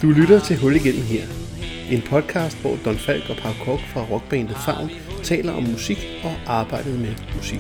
Du lytter til Hul igennem her. En podcast, hvor Don Falk og Pau Kok fra rockbandet Favn taler om musik og arbejdet med musik.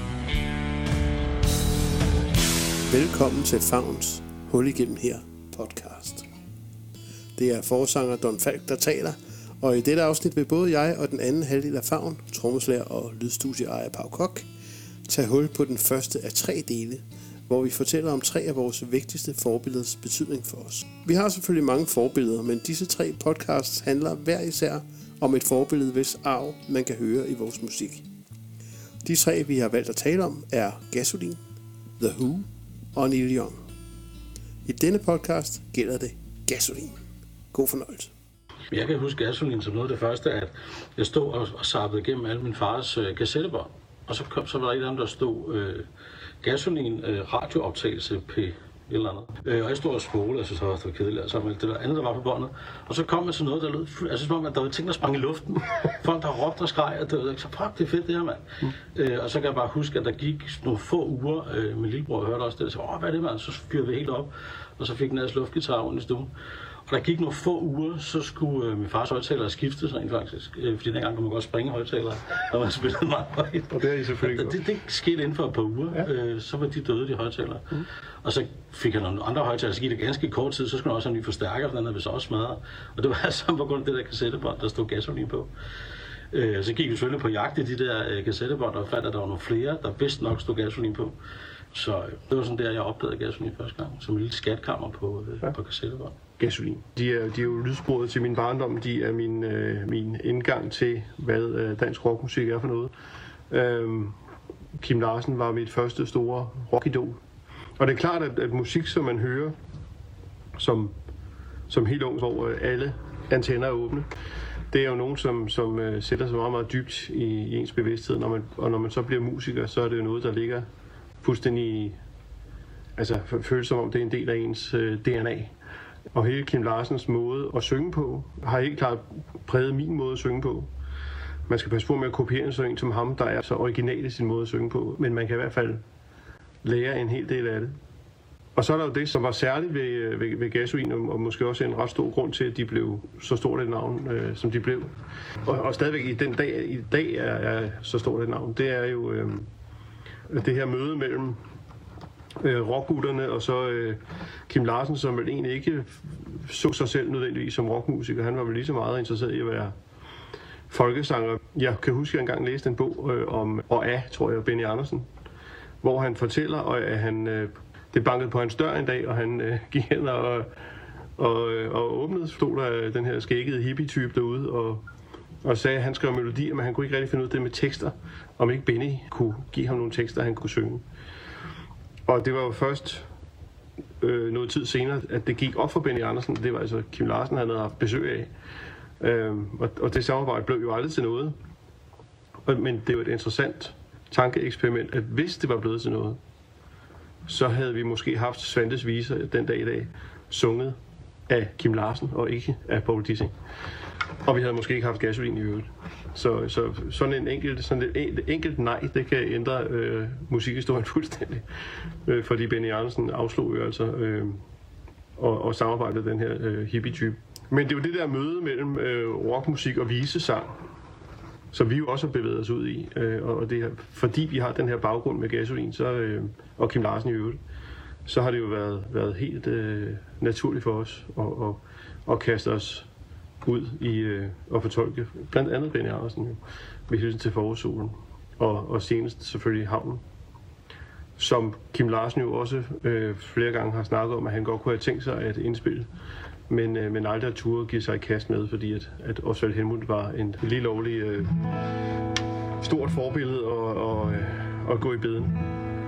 Velkommen til Favns Hul igennem her podcast. Det er forsanger Don Falk, der taler, og i dette afsnit vil både jeg og den anden halvdel af Favn, trommeslager og lydstudieejer Pau Kok, tage hul på den første af 3 dele, hvor vi fortæller om 3 af vores vigtigste forbilleders betydning for os. Vi har selvfølgelig mange forbilleder, men disse 3 podcasts handler hver især om et forbillede, hvis arv man kan høre i vores musik. De 3, vi har valgt at tale om, er Gasoline, The Who og Neil Young. I denne podcast gælder det Gasoline. God fornøjelse. Jeg kan huske Gasoline som noget af det første, at jeg stod og zappede igennem alle min fars kassettebånd. Og så var der et af dem, der stod Gasoline radiooptagelse P et eller andet. Og jeg stod og spolede, og så var det kedeligt, og så var det der andet, der var på båndet. Og så kom man til noget, der lød altså som om, at der var ting, der sprang i luften. Folk, der råbte og skreg, og det var så fuck, det er fedt det her, mand. Og så kan jeg bare huske, at der gik nogle få uger, min lillebror hørte også det, og så hvad er det, mand? Så fyrede vi helt op, og så fik den ellers luftgitar rundt i stuen. Og der gik nogle få uger, så skulle min fars højtaler skiftes rent faktisk. Fordi dengang kunne man godt springe højtalere, og man spillede meget højt. Og det er I selvfølgelig det skete inden for et par uger. Ja. Så var de døde, de højtalere. Og så fik jeg nogle andre højtalere, så gik det ganske kort tid, så skulle man også have en ny forstærker, for den havde vi så også smadret. Og det var altså på grund af det der kassettebånd, der stod Gasoline på. Så gik vi selvfølgelig på jagt i de der kassettebånd, og fandt, at der var nogle flere, der vist nok stod Gasoline på. Så det var sådan der, jeg opdagede Gasoline første gang, som en lille skatkammer på kassettebånd. Gasoline. De er jo lydsporet til min barndom. De er min indgang til, hvad dansk rockmusik er for noget. Kim Larsen var mit første store rockidol. Og det er klart, at musik, som man hører som helt ung, hvor alle antenner er åbne, det er jo nogen, som sætter sig meget, meget dybt i ens bevidsthed. Når man så bliver musiker, så er det jo noget, der ligger fuldstændig, altså føles som om det er en del af ens DNA. Og hele Kim Larsens måde at synge på, har helt klart præget min måde at synge på. Man skal passe på med at kopiere en sang som ham, der er så original i sin måde at synge på, men man kan i hvert fald lære en hel del af det. Og så er der jo det, som var særligt ved Gasoline, og måske også en ret stor grund til, at de blev så stort et navn, som de blev. Og stadigvæk i dag er så stort et navn. Det er jo det her møde mellem rockgutterne og så Kim Larsen, som vel egentlig ikke så sig selv nødvendigvis som rockmusiker. Han var vel lige så meget interesseret i at være folkesanger. Jeg kan huske, at jeg engang læste en bog om tror jeg, Benny Andersen, hvor han fortæller, at det bankede på hans dør en dag, og han gik hen og åbnede, stod der den her skæggede hippie-type derude, og sagde, at han skrev melodier, men han kunne ikke rigtig finde ud af det med tekster, om ikke Benny kunne give ham nogle tekster, han kunne synge. Og det var jo først noget tid senere, at det gik op for Benny Andersen. Det var altså Kim Larsen, han havde haft besøg af. Og det samarbejde blev jo aldrig til noget. Men det var et interessant tankeeksperiment, at hvis det var blevet til noget, så havde vi måske haft Svantes viser den dag i dag sunget af Kim Larsen og ikke af Paul Dissing. Og vi havde måske ikke haft Gasoline i øvrigt. Så sådan et enkelt nej, det kan ændre musikhistorien fuldstændig. Fordi Benny Andersen afslog jo altså og samarbejdede den her hippie-type. Men det er jo det der møde mellem rockmusik og visesang, som vi jo også har bevæget os ud i. Og det her, fordi vi har den her baggrund med Gasoline og Kim Larsen i øvrigt, så har det jo været helt naturligt for os at kaste os ud i at fortolke blandt andet Benny Andersen jo, med hensyn til Forårssolen og senest selvfølgelig Havnen, som Kim Larsen jo også flere gange har snakket om, at han godt kunne have tænkt sig at indspille, men aldrig har turde give sig i kast med, fordi at Osvald Helmuth var en lige lovlig stort forbillede at gå i beden.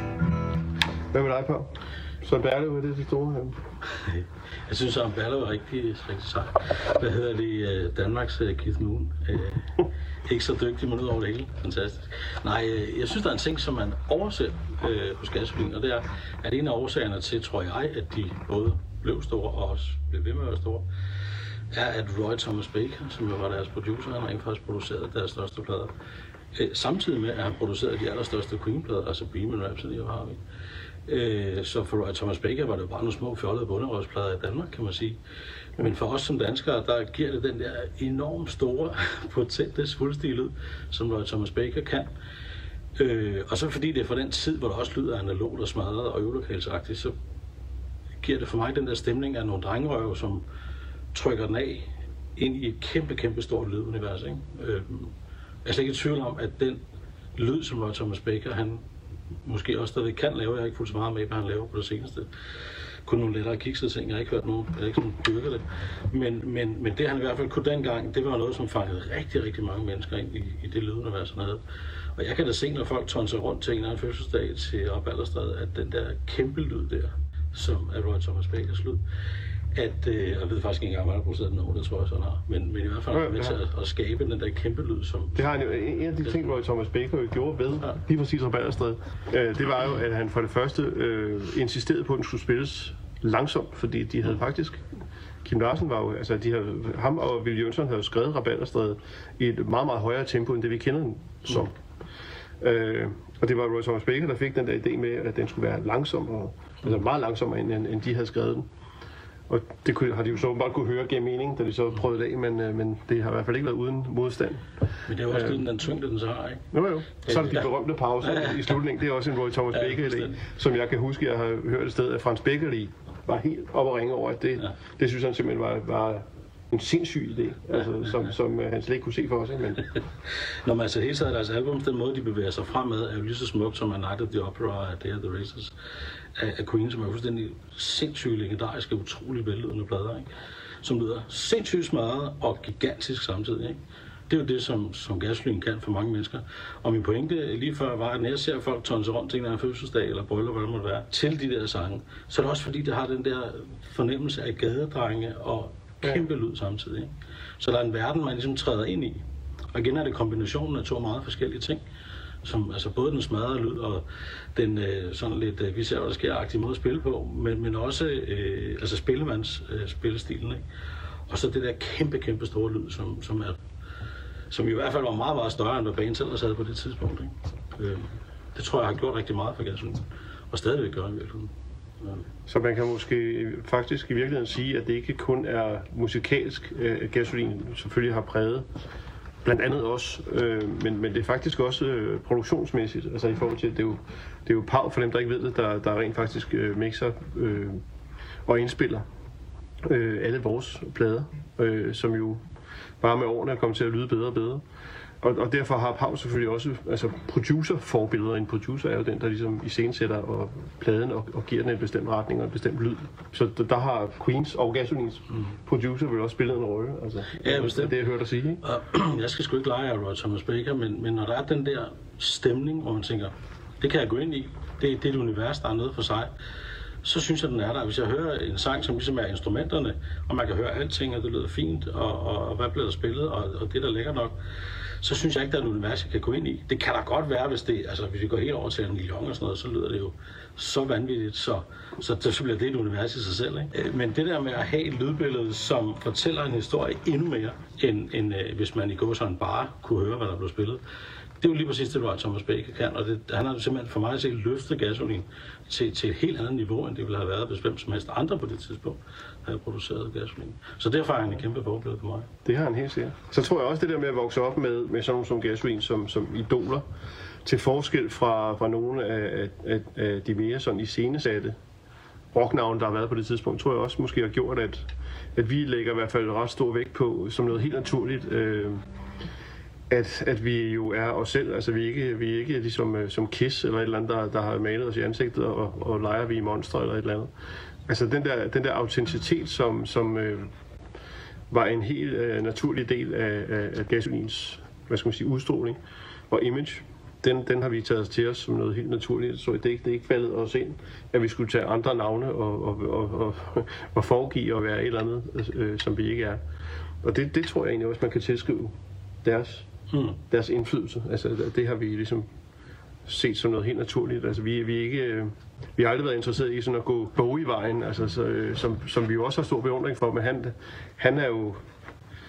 Hvad med dig, Pau? Søren Berlev, er det store her? Jeg synes, at Berlev er rigtig sej. Hvad hedder det? Danmarks Keith Moon. Ikke så dygtig, men ud over det hele. Fantastisk. Nej, jeg synes, der er en ting, som man overser hos Gasoline, og det er, at en af årsagerne til, tror jeg, at de både blev store og også blev ved med at være store, er, at Roy Thomas Baker, som jo var deres producer, han rent faktisk produceret deres største plader. Samtidig med, at han producerede de allerstørste Queen-plader, altså Bohemian Rhapsody og Harvey. Så for Roy Thomas Baker var det jo bare nogle små fjollede bunderøvsplader i Danmark, kan man sige. Men for os som danskere, der giver det den der enormt store, potente, svulstige lyd, som Roy Thomas Baker kan. Og så fordi det er fra den tid, hvor der også lyder analogt og smadret og øvelokalsagtigt, så giver det for mig den der stemning af nogle drengerøve, som trykker den af ind i et kæmpe, kæmpe stort lydunivers. Ikke? Jeg er slet ikke i tvivl om, at den lyd, som Roy Thomas Baker, han måske også stadig kan lave, jeg har ikke fulgt så meget med, hvad han laver på det seneste. Kun nogle lettere kiksede ting, jeg har ikke hørt nogen, jeg har ikke sådan dyrket det. Men det han i hvert fald kunne dengang, det var noget, som fangede rigtig, rigtig mange mennesker ind i det lydunivers, han havde. Og jeg kan da se, når folk tonser rundt til en eller anden fødselsdag til Rabalderstræde, at den der kæmpe lyd der, som er Roy Thomas Bakers lyd, at, jeg ved faktisk ikke engang, om han har produceret den over, det tror jeg sådan har, men i hvert fald er med til at skabe den der kæmpe lyd, som... Det har han jo, en af de ting, Roy Thomas Baker jo gjorde ved, lige præcis Rabalderstræde, det var jo, at han for det første insisterede på, at den skulle spilles langsomt, fordi de havde faktisk... Kim Larsen var jo, altså ham og Willy Jønsson havde jo skrevet Rabalderstræde i et meget, meget højere tempo, end det vi kender den som. Og det var Roy Thomas Baker, der fik den der idé med, at den skulle være langsom, altså meget langsommere, end de havde skrevet den. Og det har de jo så bare kunne høre gennem meningen, da de så prøvede det af, men det har i hvert fald ikke været uden modstand. Men det er jo også den tyngde, den så har, ikke? Jo. Så er det de berømte pauser i slutningen. Det er også en Roy Thomas Baker-idé, som jeg kan huske, jeg har hørt et sted, at Frans Beckerli var helt oppe at ringe over, at det synes han simpelthen var en sindssyg idé, altså, som han slet ikke kunne se for sig. Men... Når man altså hele tiden deres album, den måde de bevæger sig fremad, er jo lige så smukt som A Night at the Opera af Day of the Races af Queen, som er fuldstændig sindssygt legendariske, utrolig vellydende plader, ikke? Som lyder sindssygt smadret og gigantisk samtidig. Ikke? Det er jo det, som Gasolin kan for mange mennesker. Og min pointe lige før var, at når jeg ser folk tonse rundt til en eller anden fødselsdag eller bryllup, hvad det måtte være, til de der sange, så er det også fordi, det har den der fornemmelse af gadedrenge og kæmpe lyd samtidig. Ikke? Så der er en verden, man ligesom træder ind i. Og igen er det kombinationen af to meget forskellige ting. Som, altså både den smadrede lyd og den sådan lidt, vi ser, hvad der sker-agtige måde at spille på, men også altså spillemands spillestilen. Ikke? Og så det der kæmpe, kæmpe store lyd, som i hvert fald var meget, meget større, end hvad banen selv havde på det tidspunkt. Ikke? Det tror jeg har gjort rigtig meget for Gasolin, og stadigvæk gør i virkeligheden. Så man kan måske faktisk i virkeligheden sige, at det ikke kun er musikalsk, at Gasolin selvfølgelig har præget, blandt andet også, men det er faktisk også produktionsmæssigt, altså i forhold til, det er jo Pau, for dem der ikke ved det, der rent faktisk mixer og indspiller alle vores plader, som jo bare med årene er kommet til at lyde bedre og bedre. Og derfor har Pau selvfølgelig også producer-forbilleder. En producer er jo den, der ligesom iscenesætter pladen og giver den en bestemt retning og en bestemt lyd. Så der har Queens og Gasolins producer vel også spillet en rolle. Altså, ja, bestemt. Det jeg hørte dig sige, ikke? Jeg skal sgu ikke lege af Roy Thomas Baker, men når der er den der stemning, hvor man tænker, det kan jeg gå ind i, det er et univers, der er noget for sig, så synes jeg, den er der. Hvis jeg hører en sang, som ligesom er instrumenterne, og man kan høre alting, og det lyder fint, og hvad bliver der spillet, og det der lækker nok, så synes jeg ikke, der er et univers, jeg kan gå ind i. Det kan da godt være, hvis vi går helt over til en million og sådan noget, så lyder det jo så vanvittigt, så bliver det et univers i sig selv. Ikke? Men det der med at have et lydbillede, som fortæller en historie endnu mere, end hvis man i går sådan bare kunne høre, hvad der blev spillet, det er jo lige præcis det, Roy Thomas Baker kan, og han har simpelthen for mig at se løftet Gasolin til et helt andet niveau, end det ville have været, hvis hvem som helst andre på det tidspunkt havde produceret Gasolin. Så derfor er han en kæmpe forbillede for mig. Det har han helt sikkert. Så tror jeg også det der med at vokse op med sådan nogle som Gasolin som idoler, til forskel fra nogle af de mere sådan iscenesatte rocknavne, der har været på det tidspunkt, tror jeg også måske har gjort, at vi lægger i hvert fald ret stor vægt på, som noget helt naturligt, at vi jo er os selv, altså vi er ikke ligesom som Kiss eller et eller andet, der har malet os i ansigtet og leger vi i monstre eller et eller andet. Altså den der autenticitet, som var en helt naturlig del af Gasolins, hvad skal man sige, udstråling og image, den har vi taget til os som noget helt naturligt. Så det er ikke faldet os ind, at vi skulle tage andre navne og foregive at være et eller andet, som vi ikke er. Og det tror jeg egentlig også, man kan tilskrive deres indflydelse. Altså det har vi ligesom set som noget helt naturligt. Altså vi har aldrig været interesseret i sådan at gå Bowie-vejen, altså som vi jo også har stor beundring for, men han er jo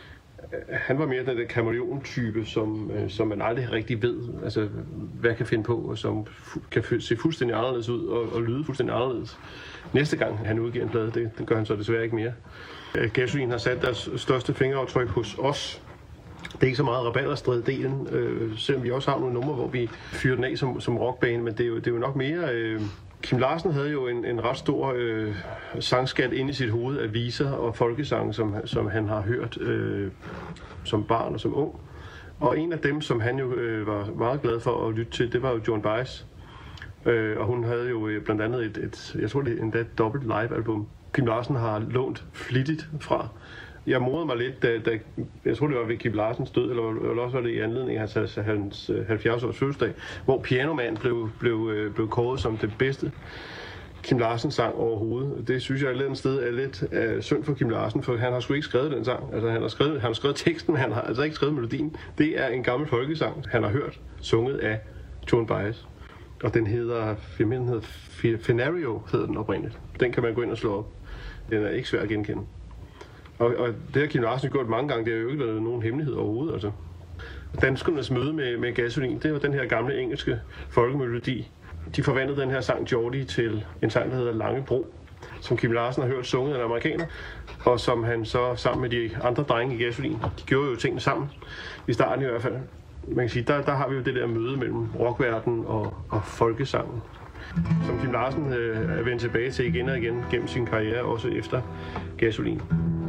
han var mere den der kameleon-type, som man aldrig rigtig ved, altså hvad kan finde på, og som kan se fuldstændig anderledes ud og lyde fuldstændig anderledes. Næste gang han udgiver en plade, det gør han så desværre ikke mere. Gasolin har sat deres største fingeraftryk hos os. Det er ikke så meget rabalderstrid-delen, selvom vi også har nogle numre, hvor vi fyrer den af som rockbane, men det er jo nok mere... Kim Larsen havde jo en ret stor sangskat inde i sit hoved af viser og folkesange, som han har hørt som barn og som ung. Og en af dem, som han jo var meget glad for at lytte til, det var jo Joan Baez. Og hun havde jo blandt andet jeg tror det er endda et dobbelt live-album, Kim Larsen har lånt flittigt fra. Jeg morede mig lidt, da jeg tror det var ved Kim Larsens død, eller også var det i anledning af hans 70-års fødselsdag, hvor Pianoman blev kåret som det bedste Kim Larsen sang overhovedet. Det synes jeg et eller andet sted er lidt synd for Kim Larsen, for han har sgu ikke skrevet den sang. Altså han har skrevet teksten, men han har altså ikke skrevet melodien. Det er en gammel folkesang, han har hørt, sunget af Joan Baez. Og den hedder Fenario, hedder den oprindeligt. Den kan man gå ind og slå op. Den er ikke svær at genkende. Og det har Kim Larsen gjort mange gange, det har jo ikke været nogen hemmelighed overhovedet. Altså. Danskernes møde med Gasolin, det var den her gamle engelske folkemelodi. De forvandlede den her sang Geordie til en sang, der hedder Lange Bro, som Kim Larsen har hørt sunget af en amerikaner, og som han så sammen med de andre drenge i Gasolin, de gjorde jo tingene sammen, i starten i hvert fald. Man kan sige, der har vi jo det der møde mellem rockverdenen og folkesangen, som Kim Larsen er vendt tilbage til igen og igen gennem sin karriere, også efter Gasolin.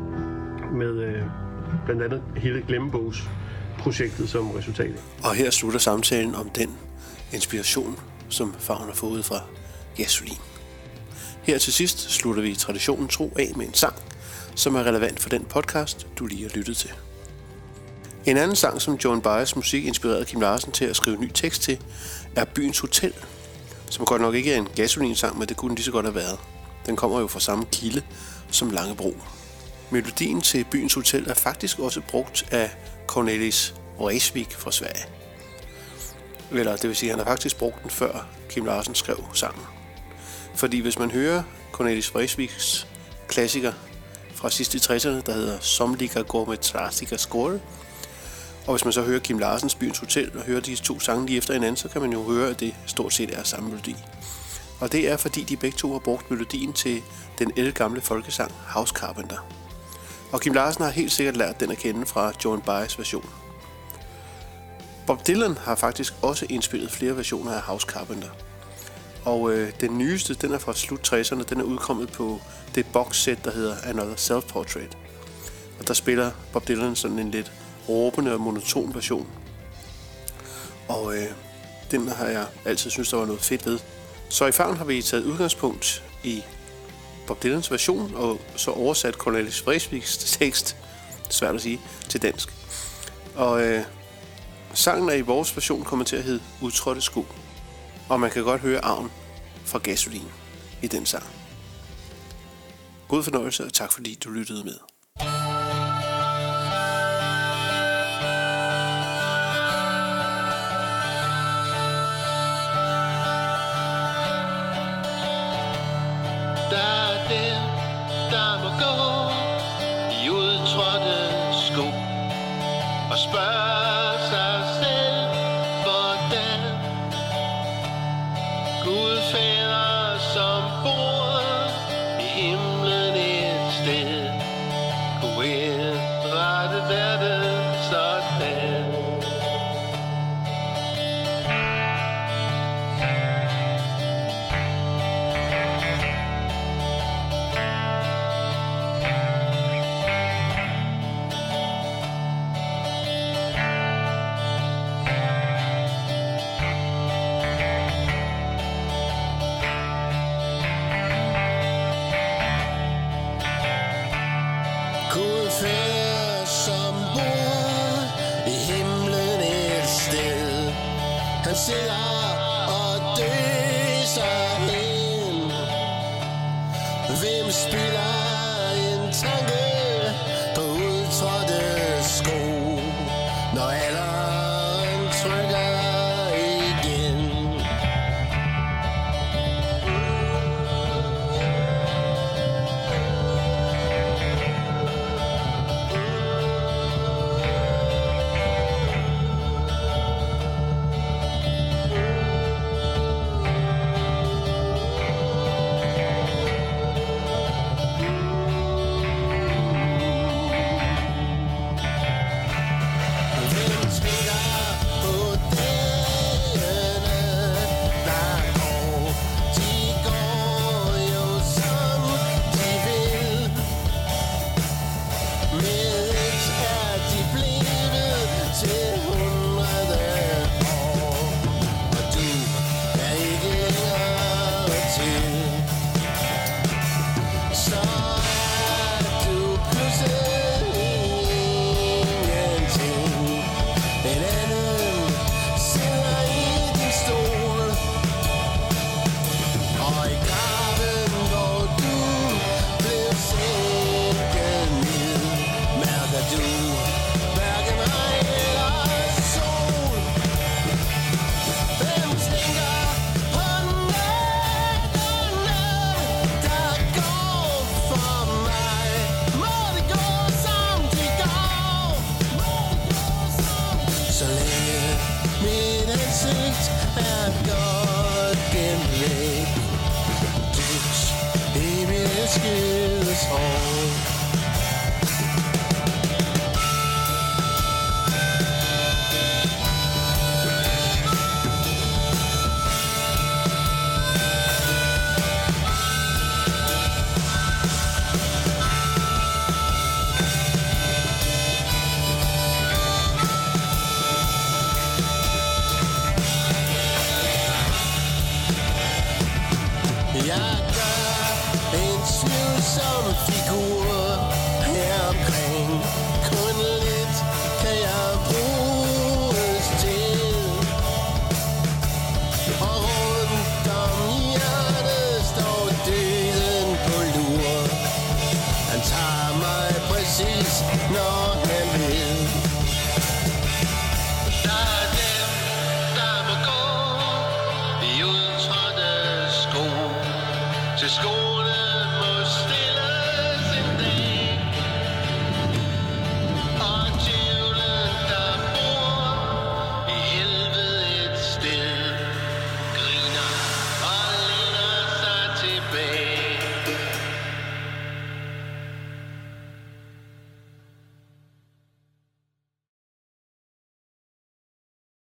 Med blandt andet hele Glemmebogs-projektet som resultat. Og her slutter samtalen om den inspiration, som Favn har fået fra Gasolin. Her til sidst slutter vi traditionen tro af med en sang, som er relevant for den podcast, du lige har lyttet til. En anden sang, som Joan Baez musik inspirerede Kim Larsen til at skrive ny tekst til, er Byens Hotel, som godt nok ikke er en Gasolin-sang, men det kunne den lige så godt have været. Den kommer jo fra samme kilde som Langebro. Melodien til Byens Hotel er faktisk også brugt af Cornelis Vreeswijk fra Sverige. Eller det vil sige, at han har faktisk brugt den før Kim Larsen skrev sangen. Fordi hvis man hører Cornelis Vreeswijks klassiker fra sidst i 60'erne, der hedder Somliga går med trasiga skål, og hvis man så hører Kim Larsens Byens Hotel og hører de to sange lige efter hinanden, så kan man jo høre, at det stort set er samme melodi. Og det er fordi de begge to har brugt melodien til den ældgamle folkesang House Carpenter. Og Kim Larsen har helt sikkert lært den at kende fra Joan Baez version. Bob Dylan har faktisk også indspillet flere versioner af House Carpenter. Og den nyeste, den er fra slut 60'erne, den er udkommet på det boxset, der hedder Another Self-Portrait. Og der spiller Bob Dylan sådan en lidt råbende og monoton version. Og den har jeg altid synes der var noget fedt ved. Så i Favn har vi taget udgangspunkt i Bob Dylans version, og så oversat Cornelis Vreeswijks tekst, svært at sige, til dansk. Og sangen er i vores version kommer til at hedde Udtrådte sko. Og man kan godt høre arven fra Gasolin i den sang. God fornøjelse, og tak fordi du lyttede med. Han sidder og døser hen. Hvem spiller en tanke på udtrådte sko, når alderen trykker igen? Så længe mit ansigt er godt gemt væk, dybt i mit elskedes hår. Jeg gør en tvivlsom figur her omkring. Kun lidt kan jeg bruges til. Og rundt om hjertet står døden på lur. Han tager mig præcis, når han vil. Der er dem, der må gå i udtrådte sko. Til skoene må